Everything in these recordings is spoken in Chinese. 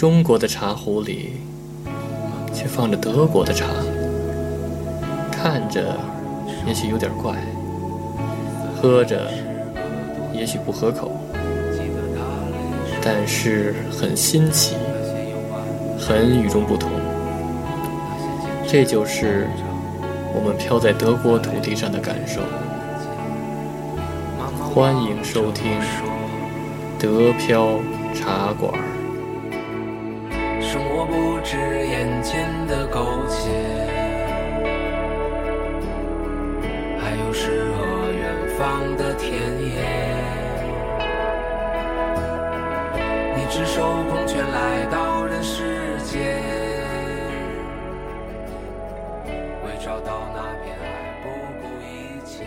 中国的茶壶里却放着德国的茶，看着也许有点怪，喝着也许不合口，但是很新奇，很与众不同。这就是我们飘在德国土地上的感受。欢迎收听德飘茶馆。 生活不止眼前的苟且，还有诗和远方的田野。你赤手空拳来到人世间，为找到那片爱不顾一切。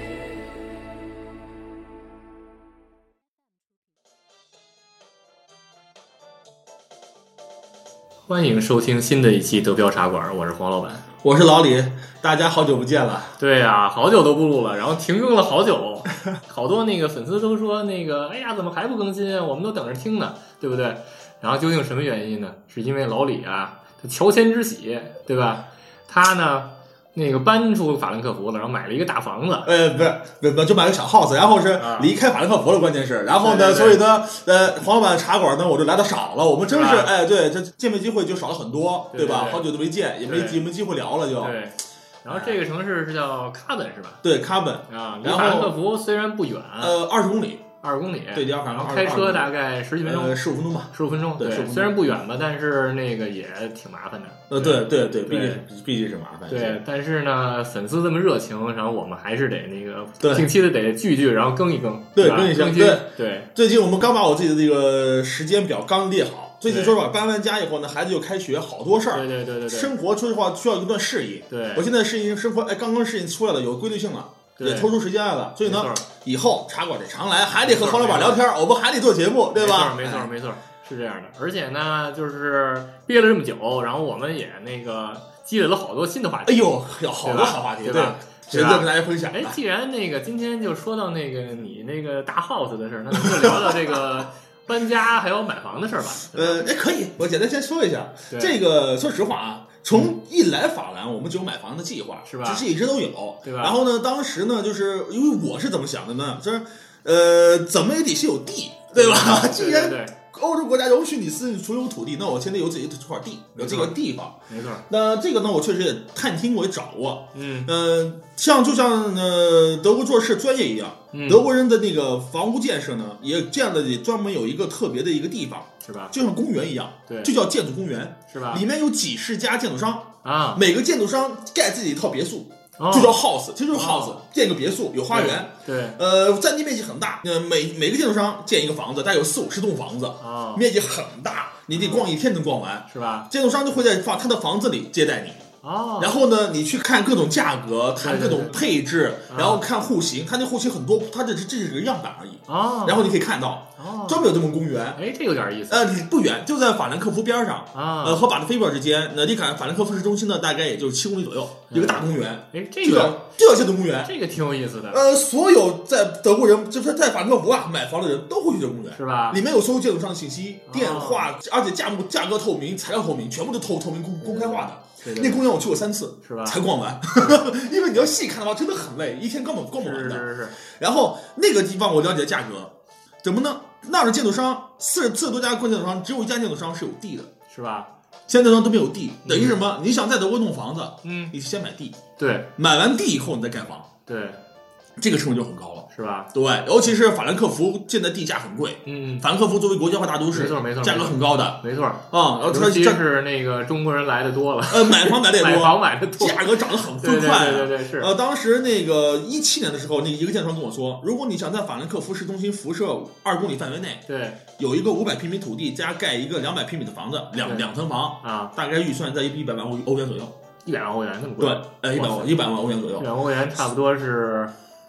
欢迎收听新的一期德飘茶馆，我是黄老板， 我是老李，大家好久不见了。 对呀，好久都不录了，然后停更了好久，好多那个粉丝都说那个，哎呀，怎么还不更新啊？我们都等着听呢，对不对？然后究竟什么原因呢？是因为老李啊，他乔迁之喜，对吧？他呢，那个搬出法兰克福了，然后买了一个大房子。 不是，就买个小 house， 然后是离开法兰克福了，关键是，然后呢， 对所以呢，黄老板茶馆呢，我就来的少了，我们真是，对，这见面机会就少了很多，对吧？好久都没见，也没机会聊了就。 对。然后这个城市是叫卡本是吧？ 对，卡本啊，离法兰克福虽然不远 ，20公里。 20公里， 对， 然后开车大概10几分钟 ，15分钟吧 ，15分钟。对，虽然不远吧，但是那个也挺麻烦的。 对，毕竟是麻烦。 对，但是呢，粉丝这么热情，然后我们还是得那个定期的得聚，然后更一更。 对，更一下。 对。 最近我们刚把我自己的这个时间表刚列好。最近说实话，搬完家以后呢，孩子又开学，好多事儿。 对。 生活说实话需要一段适应。 对。 我现在适应生活，刚刚适应出来了，有规律性了。也抽出时间来了，所以呢，以后茶馆得常来，还得和黄老板聊天，我们还得做节目，对吧？ 没错，是这样的。而且呢，就是憋了这么久，然后我们也那个积累了好多新的话题。 哎呦，有好多好话题，对吧？值得跟大家分享。 哎，既然那个今天就说到那个你那个大 house 的事儿，那咱们就聊聊这个搬家还有买房的事儿吧。 可以，我简单先说一下。这个说实话啊。从一来法兰，我们就有买房的计划， 是吧？ 其实一直都有， 对吧？ 然后呢，当时呢，就是因为我是怎么想的呢？就是怎么也得先有地，对吧？既然欧洲国家容许你私人所有土地，那我现在有自己的这块地，有这个地方， 没错。 那这个呢，我确实也探听过，也找过，像德国做事专业一样，德国人的那个房屋建设呢，也这样的专门有一个特别的一个地方。 是吧？ 就像公园一样， 对， 就叫建筑公园， 是吧？ 里面有几十家建筑商啊， 每个建筑商盖自己一套别墅，就叫 house， 其实就是 house，建个别墅，有花园， 对， 占地面积很大，每个建筑商建一个房子，大概有40-50栋房子，面积很大，你得逛一天能逛完， 是吧？ 建筑商就会在他的房子里接待你。然后呢，你去看各种价格，看各种配置，然后看户型，它那户型很多，它这是个样板而已。然后你可以看到，专门有这么公园。 哎，这有点意思。 不远，就在法兰克福边上和巴德菲尔之间。离法兰克福市中心呢，大概也就是7公里左右，一个大公园。 哎，这个就叫建筑公园， 这个挺有意思的。 所有在德国人，就是在法兰克福买房的人都会去这个公园， 是吧？ 里面有所有建筑商的信息、电话，而且价格透明、材料透明，全部都透明公开化的。那公园我去过3次， 是吧？ 才逛完，因为你要细看的话，真的很累，一天根本逛不完的。 是。 然后那个地方我了解价格，怎么呢？那的建筑商40多家建筑商，只有一家建筑商是有地的， 是吧？ 现在建筑商都没有地，等于什么？你想在德国弄房子，你先买地， 对， 买完地以后你再盖房， 对， 这个成本就很高了。 是吧？ 对，尤其是法兰克福，现在地价很贵。法兰克福作为国际化大都市， 没错， 价格很高的， 没错啊。 尤其是那个中国人来的多了， 买房买的也多， 买的多， 价格涨得很飞快。 对，是。 当时那个17年的时候，那一个建筑商跟我说，如果你想在法兰克福市中心辐射2公里范围内， 对， 有一个500平米土地加盖一个200平米的房子，两层房啊， 大概预算在100万欧元左右。 100万欧元那么贵？ 对，100万欧元左右。 100万欧元差不多是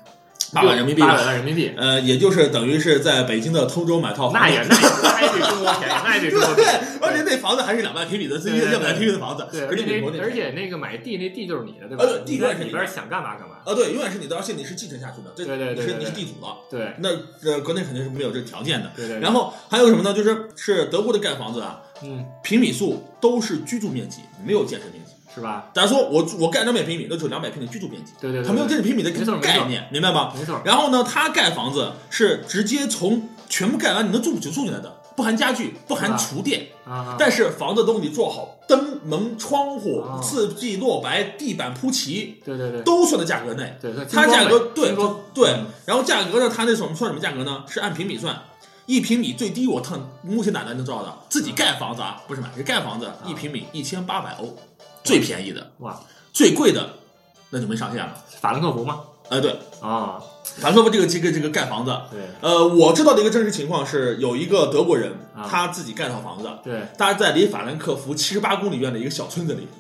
8万人民币吧， 800万人民币， 也就是等于是在北京的通州买套房子， 那也比中国便宜，那也比中国便宜。 对，而且那房子还是2万平米的，2万平米的房子， 对，而且那个买地那地就是你的，对吧？ 地永远是里边想干嘛干嘛。 对，永远是你的，而且你是继承下去的，你是地主了。 对， 那国内肯定是没有这个条件的。 对。 然后还有什么呢？是德国的盖房子啊，平米数都是居住面积，没有建设面积。 是吧？ 假如说我盖200平米，那就是200平米的居住面积。 对， 它没有建设平米的概念，明白吗？ 没错。 然后呢，它盖房子是直接从全部盖完，你能住进来的，不含家具，不含厨电。但是房子都给你做好，灯门窗户四季落白，地板铺齐， 对， 都算在价格内。 对， 它价格对。然后价格呢，它那算什么价格呢？是按平米算。1平米最低，我目前哪能知道的？自己盖房子啊，不是买，是盖房子，1平米1800欧。最便宜的哇， 最贵的那就没上限了。 法兰克福吗？ 对啊，法兰克福这个盖房子， 对， 我知道的一个真实情况是，有一个德国人，他自己盖套房子， 对， 他在离法兰克福78公里远的一个小村子里。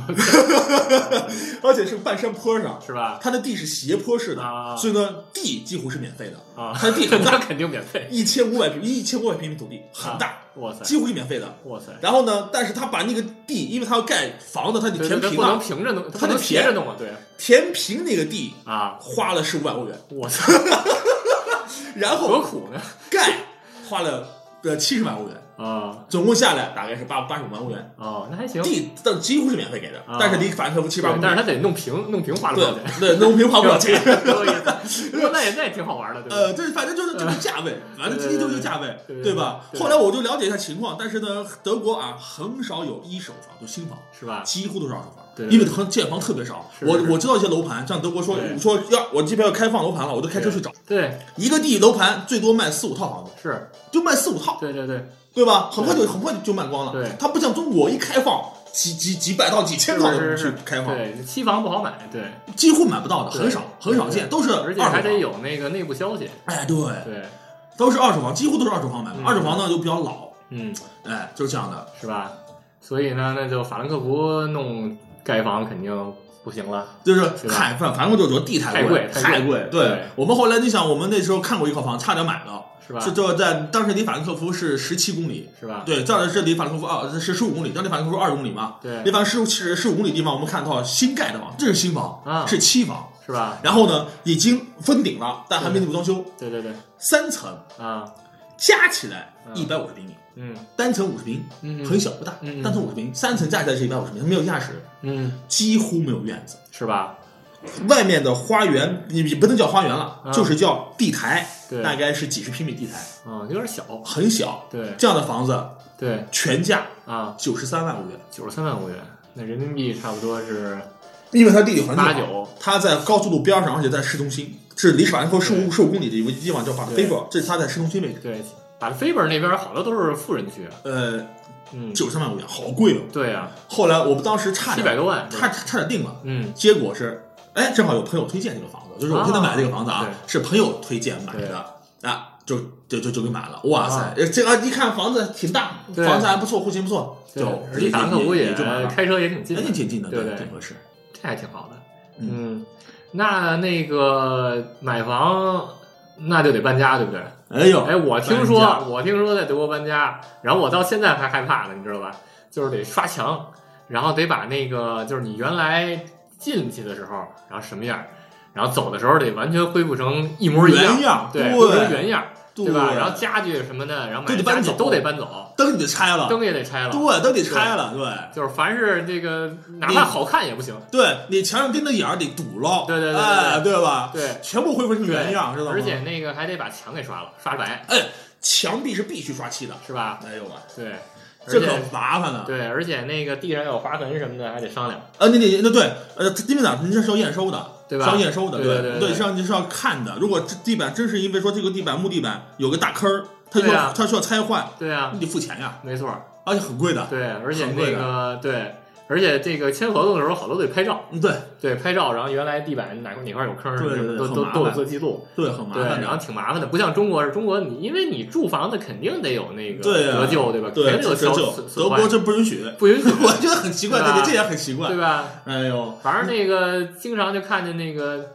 而且是半山坡上， 是吧？ 它的地是斜坡式的，所以呢，地几乎是免费的啊。 它的地很大， 肯定免费 ，1500平米土地很大， 哇塞， 几乎是免费的， 哇塞。 然后呢，但是他把那个地，因为他要盖房子，他得填平啊， 不能平着弄，他得斜着弄啊，对， 填平那个地啊， 花了15万欧元， 我操， 然后何苦呢？ 盖花了70万欧元。总共下来大概是85万欧元。 那还行。 地几乎是免费给的，但是离法兰克福78公里， 但是他得弄平花了多少钱？ 对，弄平花不了钱。 那也挺好玩的，对吧？ 反正就是这个价位，反正今天就是这个价位，对吧？后来我就了解一下情况，但是呢，德国啊很少有一手房，就新房， 是吧？ 几乎都是二手房。 对， 因为建房特别少。我知道一些楼盘，像德国说我这边要开放楼盘了，我都开车去找。 对， 一个地楼盘最多卖4-5套房子， 是就卖4-5套。 对吧？很快就卖光了。 对， 它不像中国一开放几百套、几千套的去开放。 对，期房不好买，对， 几乎买不到的，很少见，都是二手房。 而且还得有那个内部消息。 对，都是二手房，几乎都是二手房买的。二手房呢就比较老。就是这样的， 是吧？所以呢，那就法兰克福弄盖房肯定不行了， 就是反正就地太贵。对，我们后来你想，我们那时候看过一套房，差点买了。 是吧？ 就在当时离法兰克福是17公里， 是吧？ 对，这儿是离法兰克福是15公里，当离法兰克福20公里嘛。 对， 离法兰克福15公里地方，我们看到新盖的房，这是新房是期房， 是吧？ 然后呢，已经封顶了，但还没内部装修。 对 ，3层加起来150平米，单层50平，很小不大，单层50平，3层加起来是150平，没有驾驶，几乎没有院子， 是吧？ 外面的花园你不能叫花园了，就是叫地台，大概是几十平米地台， 有点小， 很小。 对， 这样的房子， 对， 全价93万欧元 ，93万欧元，那人民币差不多是， 因为它地理环境 89， 它在高速路边上，而且在市中心，是离法兰克福15公里的一个地方叫巴特菲伯，这是它在市中心位置。 对，巴特菲伯那边好多都是富人区。 93万欧元，好贵哦。 对呀， 后来我们当时差 700多万， 差点定了。结果是。正好有朋友推荐这个房子，就是我现在买这个房子是朋友推荐买的就给买了。哇塞，这个一看房子挺大，房子还不错，户型不错， 离法兰克福也开车也挺近， 挺近的， 对， 挺合适， 这还挺好的。那个买房那就得搬家，对不对？我听说在德国搬家，然后我到现在还害怕呢，你知道吧？就是得刷墙，然后得把那个就是你原来进去的时候，然后什么样，然后走的时候得完全恢复成一模一样，对，恢复成原样，对吧？然后家具什么的，然后买家具都得搬走， 灯也得拆了， 灯也得拆了， 对，灯得拆了，对， 就是凡是这个哪怕好看也不行， 对你墙上钉的眼儿得堵了， 对， 对吧？ 对， 全部恢复成原样，知道吗？ 而且那个还得把墙给刷了，刷白， 墙壁是必须刷漆的， 是吧？对。 这可麻烦了， 对，而且那个地上有划痕什么的，还得商量。 因为哪，人家是要验收的， 对吧？ 是要验收的， 对， 是要看的。如果地板真是因为说这个木地板有个大坑，它需要拆换， 对啊， 你得付钱呀， 没错， 而且很贵的， 对，而且那个对。而且这个签合同的时候，好多得拍照，对，拍照，然后原来地板哪块有坑，都有做记录， 对，很麻烦， 然后挺麻烦的，不像中国你因为你住房子肯定得有那个折旧，对吧？ 对， 肯定有折旧，德国这不允许，我觉得很奇怪，这也很奇怪， 对吧？ 哎呦， 反正那个经常就看见那个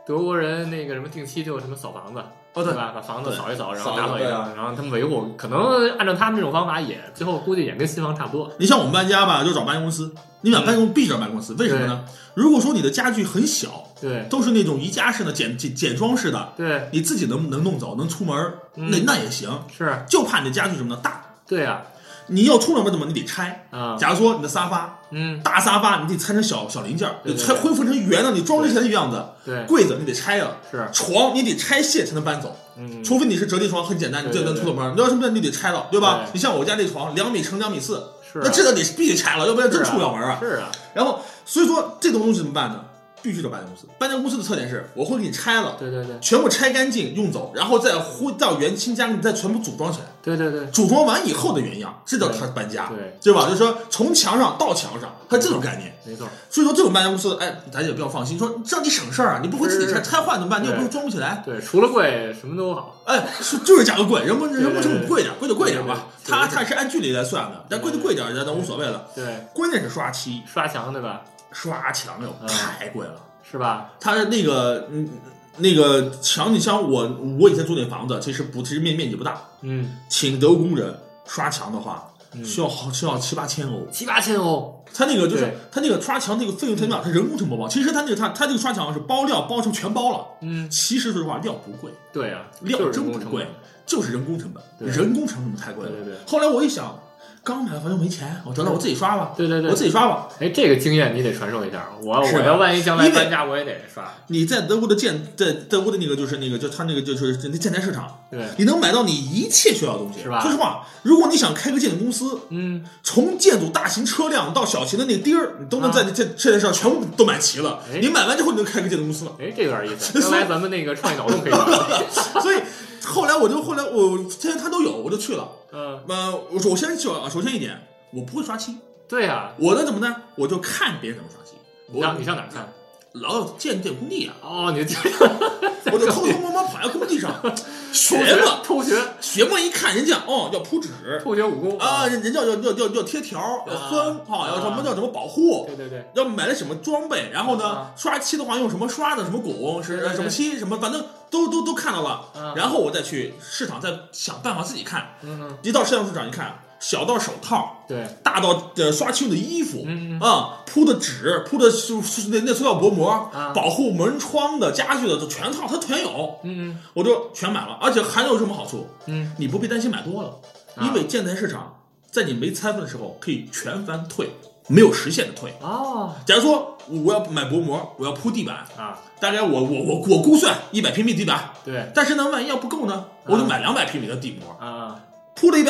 德国人那个什么定期就什么扫房子，对吧？把房子扫一扫，然后打扫一下，然后他们维护，可能按照他们这种方法也最后估计也跟新房差不多。 你像我们搬家吧，就找搬家公司，你想搬必须找搬家公司，为什么呢？如果说你的家具很小， 对， 都是那种宜家式的简装式的， 对， 你自己能弄走，能出门，那也行， 是， 就怕你的家具什么的大， 对呀。 你要出门怎么你得拆啊？ 假如说你的沙发，大沙发你得拆成小零件，你拆恢复成圆的，你装之前的样子。 对， 柜子你得拆了， 是床你得拆卸才能搬走，除非你是折叠床，很简单，你就能出门。你要什么你得拆了，对吧？你像我家这床2米乘2米4，那这个你必须拆了，要不然真出不了门啊。 是啊。 然后所以说这种东西怎么办呢？必须找搬家公司。搬家公司的特点是，我会给你拆了， 对， 全部拆干净用走，然后再回到原新家，你再全部组装起来。 对， 组装完以后的原样，这叫它搬家，对吧？就是说从墙上到墙上，它这种概念， 没错。 所以说这种搬家公司，哎，大家也不要放心，说这样你省事儿啊，你不会自己拆坏怎么办？你也不会装不起来。 对，除了贵什么都好。 哎，就是价格贵，人不成贵点，贵就贵点吧。它是按距离来算的，但贵就贵点，那无所谓了。 对， 关键是刷漆、 刷墙，对吧？ 刷墙哟，太贵了。 是吧？ 它那个墙，你像我以前住那房子，其实面积不大，请德国工人刷墙的话，需要7-8千欧 ，7-8千欧。 他那个就是他那个刷墙那个费用太大，他人工成本包。其实他这个刷墙是包料包成全包了，其实说实话料不贵， 对啊， 料真不贵，就是人工成本，人工成本太贵了。 对。 后来我一想。刚买房就没钱，我得了，我自己刷吧。 对， 我自己刷吧。 哎，这个经验你得传授一下，我要万一将来搬家，我也得刷。 你在德国的在德国的那个就是那个就他那个就是那建材市场， 对， 你能买到你一切需要的东西， 是吧？ 说实话，如果你想开个建筑公司，从建筑大型车辆到小型的那个钉儿，你都能在这建材上全部都买齐了。你买完之后，你就开个建筑公司了。 哎，这有点意思。将来咱们那个创意脑洞可以搞。 所以后来我现在他都有，我就去了。我先去了。首先一点。我不会刷漆， 对呀， 我能怎么呢？我就看别人怎么刷漆。 你上哪看？ 老有建工地啊！ 哦，你我就偷摸跑在工地上偷学嘛，一看人家要铺纸， 偷学武功啊，人家要贴条，要分要什么保护， 对， 要买了什么装备，然后呢，刷漆的话用什么刷的，什么汞是什么漆什么，反正都看到了，然后我再去市场再想办法自己看，一到市场一看。小到手套， 对， 大到刷漆用的衣服，铺的纸，铺的那塑料薄膜，保护门窗的家具的都全套，它全有，我就全买了，而且还有什么好处？你不必担心买多了，因为建材市场在你没拆分的时候可以全翻退，没有实现的退。假如说我要买薄膜，我要铺地板啊， 大概我估算100平米地板， 对， 但是呢，万一要不够呢，我就买200平米的地膜啊。 铺了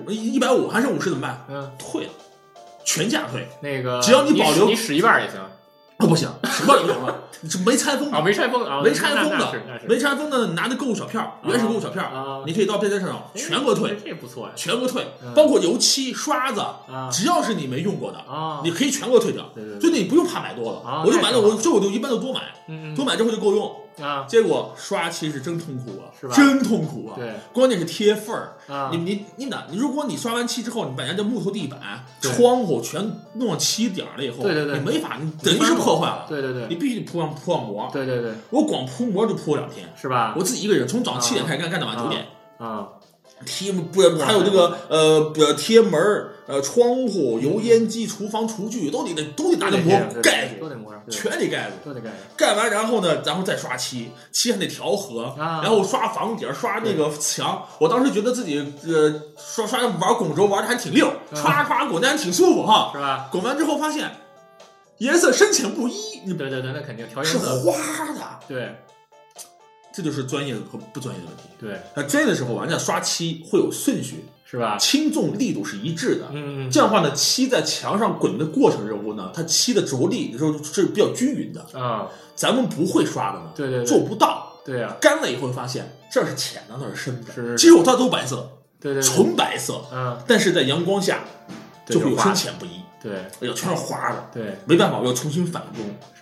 150还是50怎么办？退了，全价退。 那个只要你保留， 你使一半也行。 不行，使半也不行了。没拆封啊，没拆封啊， 没拆封的，拿着购物小片，原始购物小片，你可以到便利店上全给我退， 这不错呀， 全给我退，包括油漆、刷子，只要是你没用过的，你可以全给我退掉。所以你不用怕买多了，我就买了，我就一般都多买，多买之后就够用。结果刷漆是真痛苦啊， 是吧？ 真痛苦啊！ 对， 关键是贴缝儿。你如果你刷完漆之后，你把人家木头地板、窗户全弄上漆点了以后， 对， 你没法，你等于是破坏了。 对， 你必须得铺上膜。 对， 我光铺膜就铺了2天， 是吧？ 我自己一个人从早上7点开始干到晚9点。贴还有这个贴门窗户、油烟机、厨房厨具都得拿着膜盖住， 都得膜上， 全得盖住， 都得盖住。 盖完然后再刷漆，漆还得调和，然后刷房顶、刷那个墙。我当时觉得自己刷玩滚轴玩的还挺溜，刷滚的还挺舒服哈， 是吧？ 滚完之后发现颜色深浅不一， 对，那肯定调颜色是花的， 对。 这就是专业和不专业的问题。 对， 那专业的时候，人家刷漆会有顺序， 是吧？ 轻重力度是一致的。这样的话呢，漆在墙上滚的过程中呢，它漆的着力的时候是比较均匀的啊。 咱们不会刷的呢， 对， 做不到。 对啊， 干了以后发现这是浅的，那是深的。 是， 其实它都白色， 对， 纯白色。但是在阳光下就会有深浅不一。 对， 全是花的。 对， 没办法，我要重新返工， 是吧？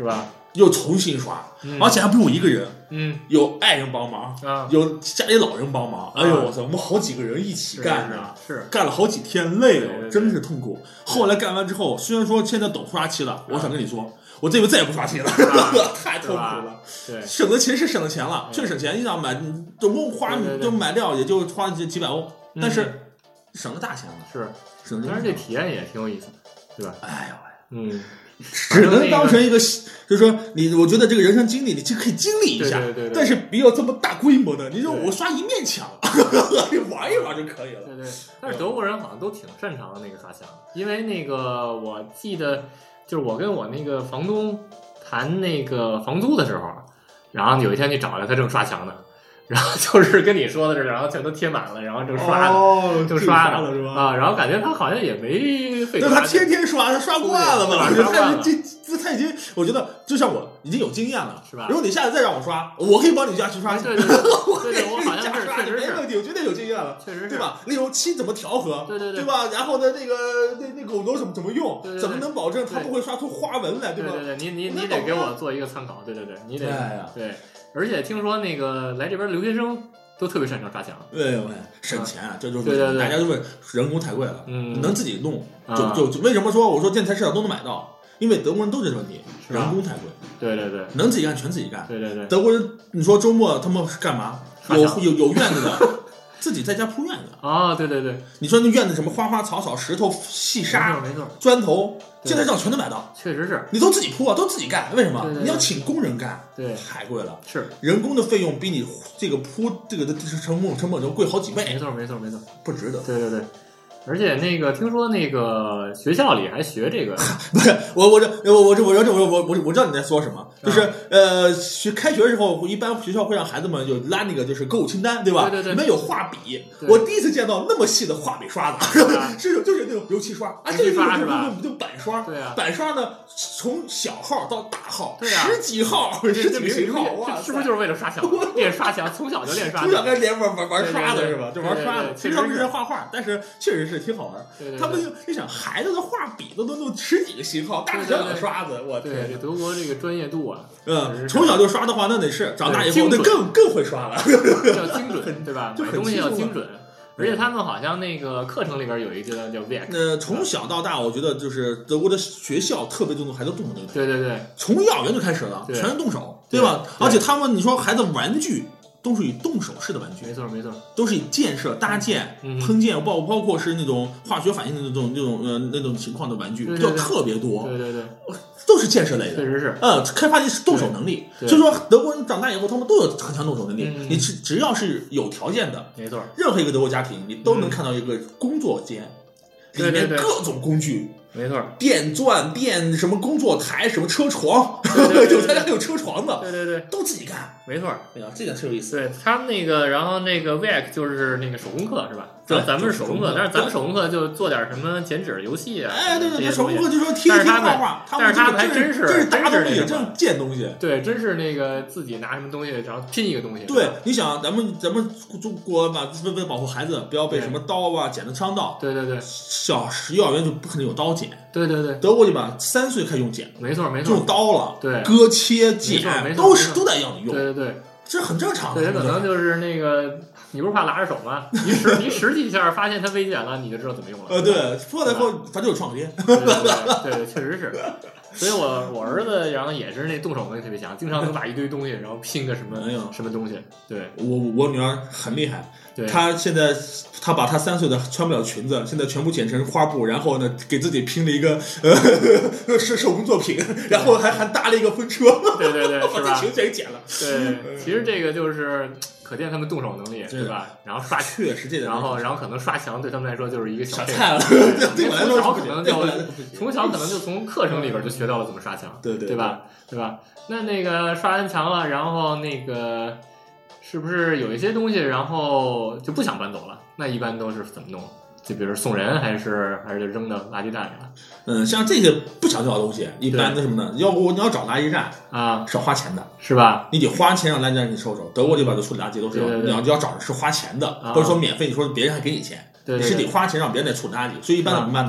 又重新刷，而且还不是我一个人，有爱人帮忙，有家里老人帮忙，哎呦我操，我们好几个人一起干的， 是干了好几天，累哦，真是痛苦。后来干完之后，虽然说现在懂刷期了，我想跟你说，我这回再也不刷题了，太痛苦了。 对， 省的钱是省了钱了，确实省钱。你想买，总共花就买料也就花了几百欧，但是省了大钱了。 是， 省了。 但是这体验也挺有意思的，对吧？ 哎呦喂， 只能当成一个，就是说我觉得这个人生经历，你就可以经历一下， 对， 但是不要这么大规模的。你说我刷一面墙，你玩一玩就可以了。 对，但是德国人好像都挺擅长的那个刷墙，因为那个我记得，就是我跟我那个房东谈那个房租的时候，然后有一天去找来，他正刷墙呢。然后就是跟你说的似的，然后全都贴满了，然后正刷着，正刷着是吧？ 啊，然后感觉他好像也没费。 那他天天刷，他刷惯了嘛？他已经，我觉得就像我已经有经验了， 是吧？ 如果你下次再让我刷，我可以帮你家去刷。 对，我好像是确实是没问题，我绝对有经验了， 确实是， 对吧？例如漆怎么调和， 对吧？然后呢，那狗头怎么用，怎么能保证它不会刷出花纹来， 对吧？ 对，你得给我做一个参考，对，你得对。而且听说那个来这边留学生都特别擅长刷墙， 对，省钱啊，这就是大家都是人工太贵了，能自己弄就为什么说我说建材市场都能买到，因为德国人都这个问题，人工太贵， 对， 能自己干全自己干， 对， 德国人你说周末他们是干嘛？有院子的。自己在家铺院子啊，对， 你说那院子什么花花草草、石头、细沙、 没错， 砖头，现在这全都买到， 确实是， 你都自己铺啊，都自己干，为什么？ 对， 你要请工人干， 对， 太贵了， 是人工的费用比你这个铺这个的成本就贵好几倍， 没错， 不值得， 对。而且那个听说那个学校里还学这个， 不是我知道你在说什么，就是开学的时候，一般学校会让孩子们就拉那个就是歌舞清单，对吧？ 对， 里面有画笔，我第一次见到那么细的画笔刷子，就是那种油漆刷啊，这个就板刷， 对啊， 板刷呢从小号到大号， 对啊十几号、十几型号， 哇，是不是就是为了刷墙？练刷墙，从小就练刷墙， 从小开始练玩刷的是吧？就玩刷的， 其实不是画画，但是确实是挺好玩。他们就想孩子的画笔都弄十几个型号，大小的刷子，我天！ 对，德国这个专业度啊， 从小就刷的话，那得是长大以后那更会刷了， 要精准，对吧？买东西要精准。而且他们好像那个课程里边有一个叫 VEC。 从小到大，我觉得就是德国的学校特别注重孩子动手能力。 对， 从幼儿园就开始了，全是动手，对吧？而且他们，你说孩子玩具。都是以动手式的玩具， 没错， 都是以建设、搭建、烹建，包括是那种化学反应的那种情况的玩具，就特别多。 对， 都是建设类的， 确实是。 开发的是动手能力，所以说德国人长大以后，他们都有很强动手能力。你只要是有条件的， 没错， 任何一个德国家庭，你都能看到一个工作间，里面各种工具。 没错， 电钻、电什么工作台、什么车床，有他家还有车床的， 对，都自己干， 没错。 哎呀，这点特有意思。 对他们那个，然后那个 VEC 就是那个手工课是吧？咱们是手工课，但是咱们手工课就做点什么剪纸游戏啊。 哎，对，手工课就说贴画画， 但是他们还真是这是搭东西，这是建东西。 对，真是那个自己拿什么东西，然后拼一个东西。 对，你想咱们中国吧，为了保护孩子不要被什么刀啊剪得伤到。 对， 幼儿园就不可能有刀剪。 对， 德国就把3岁开始用剪， 没错， 用刀了， 对， 割切剪都在要你用。 对， 这很正常的。 对，可能就是那个，你不是怕拉着手吗？你使几下，发现它微剪了，你就知道怎么用了。 对，说了以后反正有创新。 对，确实是。所以我儿子然后也是那动手能力特别强，经常能把一堆东西然后拼个什么东西。对， 我女儿很厉害， 对， 她现在她把她3岁的穿不了裙子，现在全部剪成花布，然后呢给自己拼了一个是手工作品，然后还搭了一个风车。 对，是吧？ 把裙子给剪了。 对，其实这个就是可见他们动手能力，对吧？然后刷确实这个， 然后可能刷墙对他们来说就是一个小菜了。 对我来说从小可能就从课程里边就学到了怎么刷墙，对吧？那个刷完墙了，然后那个是不是有一些东西，然后就不想搬走了？那一般都是怎么弄？就比如送人，还是就扔到垃圾袋里了？ 像这些不想要的东西，一般的什么呢？你要找垃圾站啊， 是花钱的， 是吧？ 你得花钱让垃圾站给你收走。德国这边的处理垃圾都是你要找的是花钱的，或者说免费，你说别人还给你钱，你是得花钱让别人来处理垃圾。所以一般怎么办呢？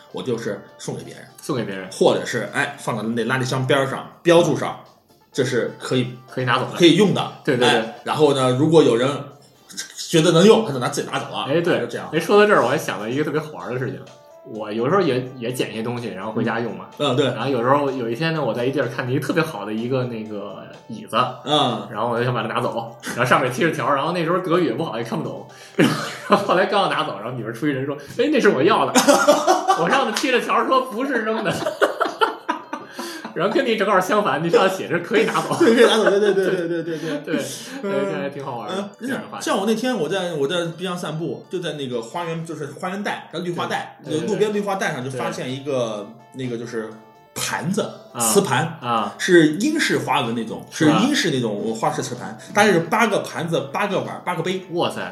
我就是送给别人，或者是放到那垃圾箱边上标注上，这是可以拿走的， 可以用的。 对对对。 然后呢，如果有人觉得能用，他就自己拿走了。 对， 就这样。 说到这儿，我还想到一个特别好玩的事情。我有时候也捡一些东西，然后回家用嘛。 对。 然后有时候有一天呢，我在一地儿看见一个特别好的一个那个椅子，然后我就想把它拿走，然后上面贴着条，然后那时候德语也不好，也看不懂。然后后来刚要拿走，然后里边出一人说：“哎，那是我要的。”我上面贴着条说不是扔的。然后跟你正好相反，你上写着可以拿走， 对，可以拿走，对， 这还挺好玩的。 像我那天我在滨江散步，就在那个花园，就是花园带，绿化带，路边绿化带上就发现一个那个就是盘子，瓷盘啊， 是英式花纹那种，是英式那种花式瓷盘，大概是8个盘子、8个碗、8个杯， 哇塞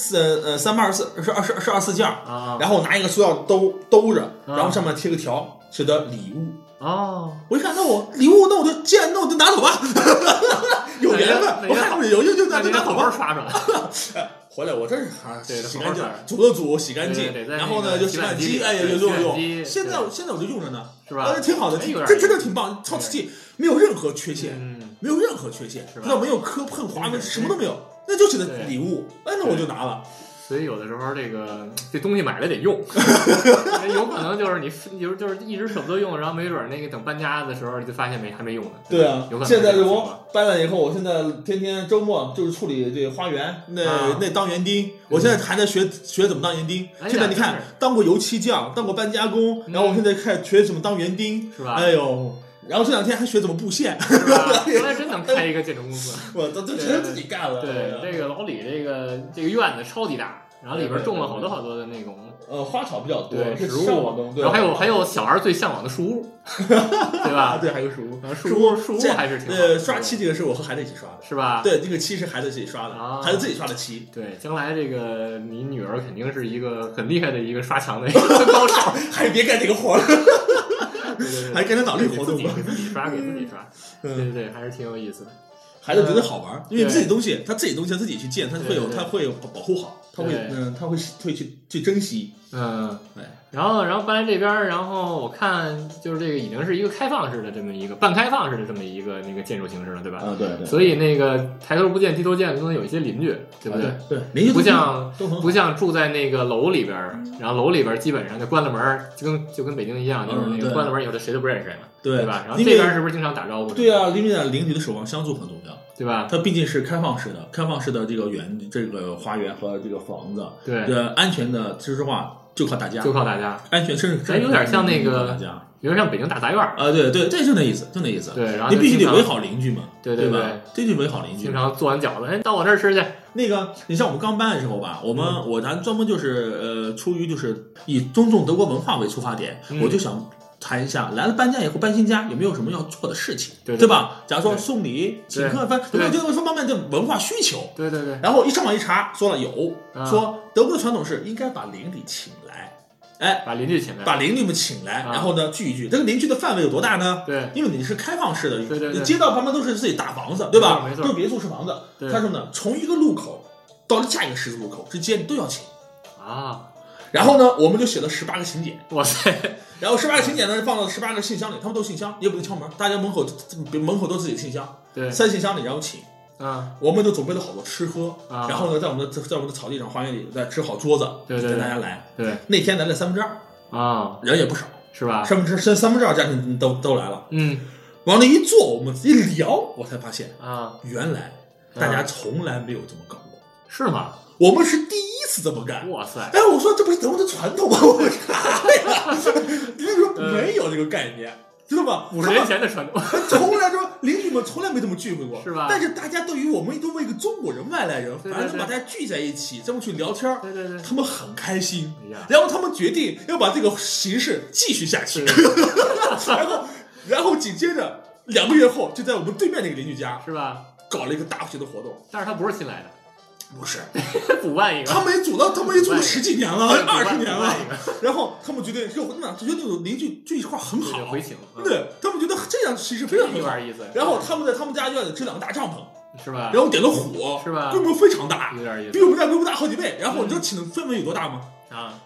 ，3×24是24件啊，然后拿一个塑料兜着，然后上面贴个条，写的礼物。我一看，那我礼物，那我就拿走吧，有缘分，我看有就拿走吧， 刷出来。 回来我这是洗干净，煮洗干净，然后呢就洗碗机，用。现在我就用着呢， 是吧？ 挺好的，这真的挺棒，超瓷器没有任何缺陷，没有任何缺陷，那没有磕碰划纹，什么都没有，那就写的礼物，那我就拿了。 所以有的时候这东西买了得用，有可能就是你就是一直舍不得用，然后没准那个等搬家的时候就发现还没用呢。 对啊，有可能现在我搬了以后，我现在天天周末就是处理这花园那当园丁，我现在还在学怎么当园丁。现在你看，当过油漆匠，当过搬家工，然后我现在开始学怎么当园丁， 是吧？ 哎呦。然后这2天还学怎么布线， 是吧？原来真能开一个建筑公司， 我都全是自己干了。 对，这个老李这个院子超级大，然后里边种了好多的那种花草比较多， 植物，然后还有小孩最向往的树屋，对吧？ 对，还有树屋， 树屋还是挺好。 刷漆这个是我和孩子一起刷的， 是吧？ 对，这个漆是孩子自己刷的，孩子自己刷的漆。 对，将来这个你女儿肯定是一个很厉害的一个刷墙的一个高手， 还别干这个活了。还跟着脑力活动， 给自己刷，对，还是挺有意思的。 孩子觉得好玩，因为自己东西，他自己去建，他会有保护好，他会去珍惜。 对。然后搬来这边，然后我看就是这个已经是一个开放式的这么一个半开放式的这么一个那个建筑形式了，对吧？ 对。 所以那个抬头不见低头见，都能有一些邻居，对不对？ 对，邻居不像住在那个楼里边，然后楼里边基本上就关了门，就跟北京一样，就是那个关了门以后谁都不认识谁了，对吧？然后这边是不是经常打招呼？ 对啊，邻居的守望相助很重要， 对吧？ 它毕竟是开放式的这个花园和这个房子， 对， 安全的，说实话。就靠大家，安全甚至有点像那个，有点像北京大杂院对，这就那意思， 对，然后你必须得围好邻居嘛， 对吧？这就围好邻居。 经常做完饺子，到我这儿吃去。 那个，你像我们刚搬的时候吧，我咱专门就是出于就是以尊重德国文化为出发点，我就想谈一下来了搬家以后搬新家有没有什么要做的事情，对吧？假如说送礼、请客，有没有这个方面的文化需求？ 对。 然后一上网一查，说了有，说德国的传统是应该把邻里请来， 把邻居们请来，然后呢聚一聚。这个邻居的范围有多大呢？ 对， 因为你是开放式的， 对， 街道旁边都是自己大房子，对吧？ 没错， 都是别墅式房子。他说呢，从一个路口到下一个十字路口之间都要请啊。 然后呢，我们就写了18个请柬， 哇塞！ 然后18个请柬呢放到18个信箱里，他们都信箱，也不用敲门，大家门口都自己信箱， 对 ，3信箱里然后请。我们都准备了好多吃喝，然后呢，在我们的草地上、花园里再支好桌子， 对， 大家来。 对， 那天来了2/3人也不少， 是吧 ？2/3家庭都来了。往那一坐，我们一聊，我才发现原来大家从来没有这么搞过， 是吗？ 我们是第一次这么干。 哇塞！ 我说这不是德国的传统吗？我啥呀？邻居说没有这个概念。知道吧 ？50年前的传统， 从来说邻居们从来没这么聚会过， 是吧？ 但是大家对于我们作为一个中国人、外来人，反正是把大家聚在一起，这么去聊天， 对， 他们很开心。然后他们决定要把这个形式继续下去，然后紧接着2个月后，就在我们对面那个邻居家， 是吧？ 搞了一个大型的活动， 但是他不是新来的。 不是补办一个， 他们也住了10几年了，20年了。然后他们觉得那种邻居聚一块很好， 回情。 对他们觉得这样其实非常有点意思。 然后他们在他们家院子支2个大帐篷， 是吧？ 然后点了火， 是吧？ 规模非常大， 有点意思， 比我们家规模大好几倍。然后你知道请的氛围有多大吗？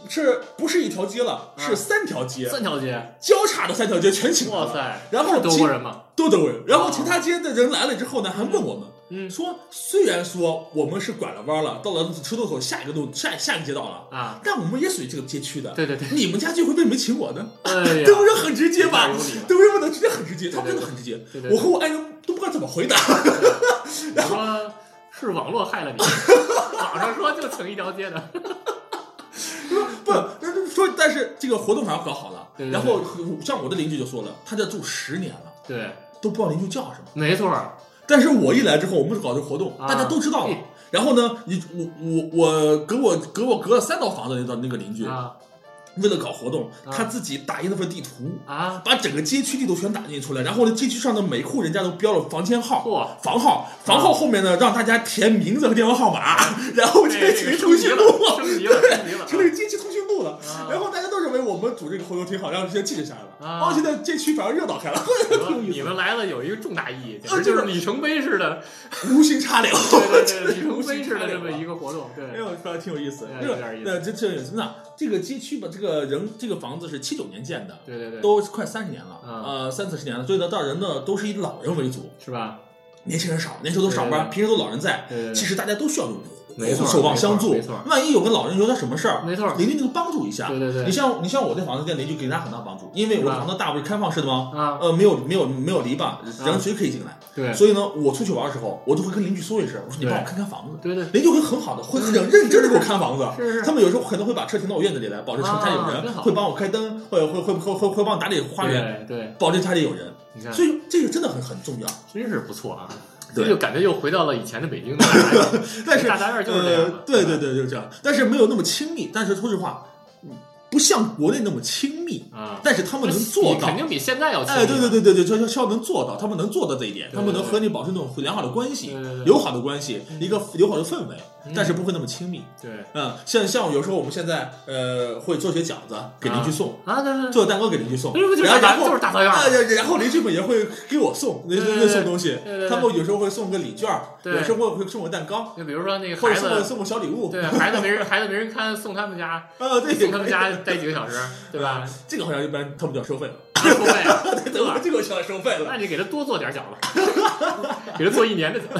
是不是一条街了？是3条街 ，3条街交叉的3条街全请来了。 哇塞！ 然后德国人嘛， 都德国人。然后其他街的人来了之后呢，还问我们，说虽然说我们是拐了弯了，到了车头口下一个街道了啊， 但我们也属于这个街区的。 对， 你们家聚会为什么没请我呢？ 德国人很直接吧？德国人问的直接很直接，他们真的很直接。我和我爱人都不知道怎么回答。 然后是网络害了你，网上说就请一条街的。 不说，但是这个活动反而搞好了。然后像我的邻居就说了，他这住10年了， 对， 都不知道邻居叫什么。 没错。 但是我一来之后，我们搞这个活动，大家都知道了。然后呢，我隔了3道房子那个邻居。为了搞活动，他自己打印了份地图啊， 把整个街区地图全打印出来，然后呢，街区上的每户人家都标了房间号、房号后面呢，让大家填名字和电话号码，然后这个通讯录，成了街区通讯录了。然后大家都认为我们组这个活动挺好，然后直接记下来了。现在这区反而热闹开了。 你们来了有一个重大意义，简直就是里程碑式的无心插柳， 对，里程碑式的这么一个活动。对， 哎呦，说的挺有意思。 有点意思。 这怎么讲？这个街区吧，这个房子是79年建的， 对， 都快30年了，30-40年了，所以呢，到人呢都是以老人为主， 是吧？ 年轻人少，年轻人都上班，平时都老人在，其实大家都需要守望相助，万一有个老人有点什么事儿， 没错， 邻居能帮助一下。 对， 你像我这房子店邻居给大家很大帮助，因为我的房子大不是开放式的吗？没有篱笆，人随可以进来。 对， 所以呢，我出去玩的时候，我就会跟邻居说一声，我说你帮我看看房子。 对， 邻居会很好的，会很认真的给我看房子。 是， 他们有时候可能会把车停到我院子里来，保证家里有人，会帮我开灯，会帮我打理花园， 对， 保证家里有人。 你看， 所以这个真的很重要， 真是不错啊。就感觉又回到了以前的北京， 但是大杂院就是这样。 对，就是这样。但是没有那么亲密。但是说实话，不像国内那么亲密啊。 但是他们能做到， 肯定比现在要亲密。 对，要能做到，他们能做到这一点，他们能和你保持那种良好的关系，友好的关系，一个友好的氛围，但是不会那么亲密。 对， 像有时候我们现在会做些饺子给邻居送对， 做蛋糕给邻居送， 然后就是大杂院， 然后邻居们也会给我送东西，他们有时候会送个礼券，有时候会送个蛋糕， 就比如说那个孩子送个小礼物， 对，孩子没人看，送他们家对， 送他们家待几个小时，对吧？ 这个好像一般他们就要收费了。 收费啊， 对吧？这个就要收费了。 那你给他多做点饺子，给他做1年的饺子。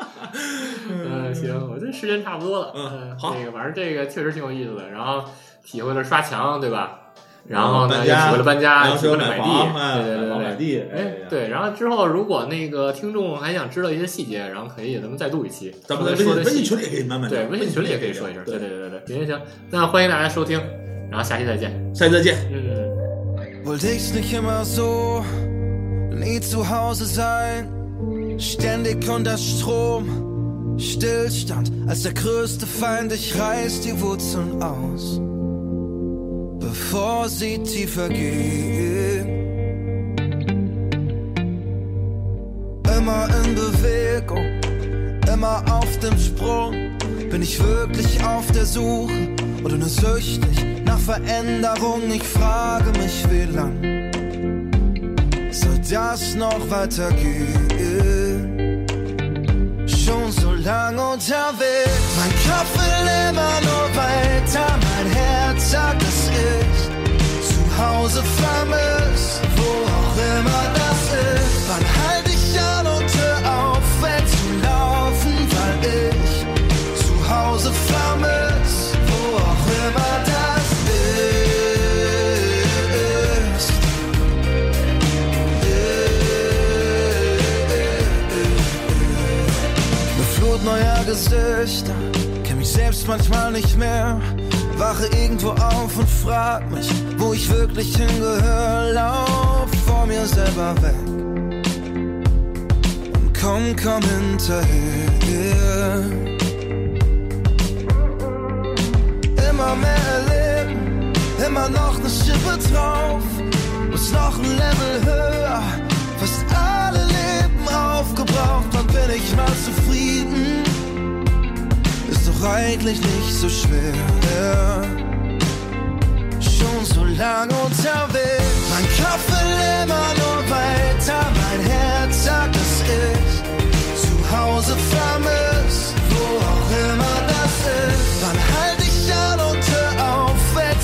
行，我这时间差不多了。 好， 这个反正这个确实挺有意思的。然后体会了刷墙，对吧？然后呢，也体会了搬家，体会了买地， 买地。 对。然后之后，如果那个听众还想知道一些细节，然后可以咱们再录一期， 咱们在微信群里也可以慢慢对，微信群里也可以说一声。对，行。那欢迎大家收听，然后下期再见。 Wollte ich's nicht immer so, nie zu Hause sein, ständig unter Strom, Stillstand als der größte Feind, ich reiß die Wurzeln aus, bevor sie tiefer gehen. Immer in Bewegung, immer auf dem Sprung, bin ich wirklich auf der Suche oder nur süchtig nach Veränderung? Ich frage mich, wie lang soll das noch weitergehen? Schon so lang unterwegs, mein Kopf will immer nur weiter, mein Herz sagt, dass ich zu Hause vermiss, wo auch immer das ist. Wann halt ich an und hör auf, wegzulaufen, weil ich zu Hause vermiss, wo auch immer das ist. Eine Flut neuer Gesichter, kenn mich selbst manchmal nicht mehr, wache irgendwo auf und frag mich, wo ich wirklich hingehör, lauf vor mir selber weg und komm hinterher. Immer mehr erleben, immer noch eine Schippe drauf, muss noch ein Level höher, fast alle Leben aufgebraucht, wann bin ich mal zufrieden? Ist doch eigentlich nicht so schwer, schon so lange unterwegs, mein Kopf will immer nur weiter, mein Herz sagt, dass ich zu Hause vermiss, wo auch immer das ist, wann halt ich an und hör auf,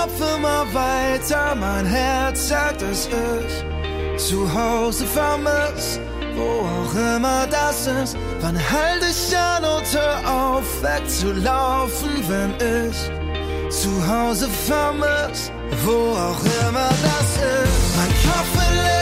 Kopf immer weiter, mein Herz sagt, dass ich zu Hause vermiss, wo auch immer das ist. Wann halt ich an und hör auf, wegzulaufen, wenn ich zu Hause vermiss, wo auch immer das ist. Mein Kopf will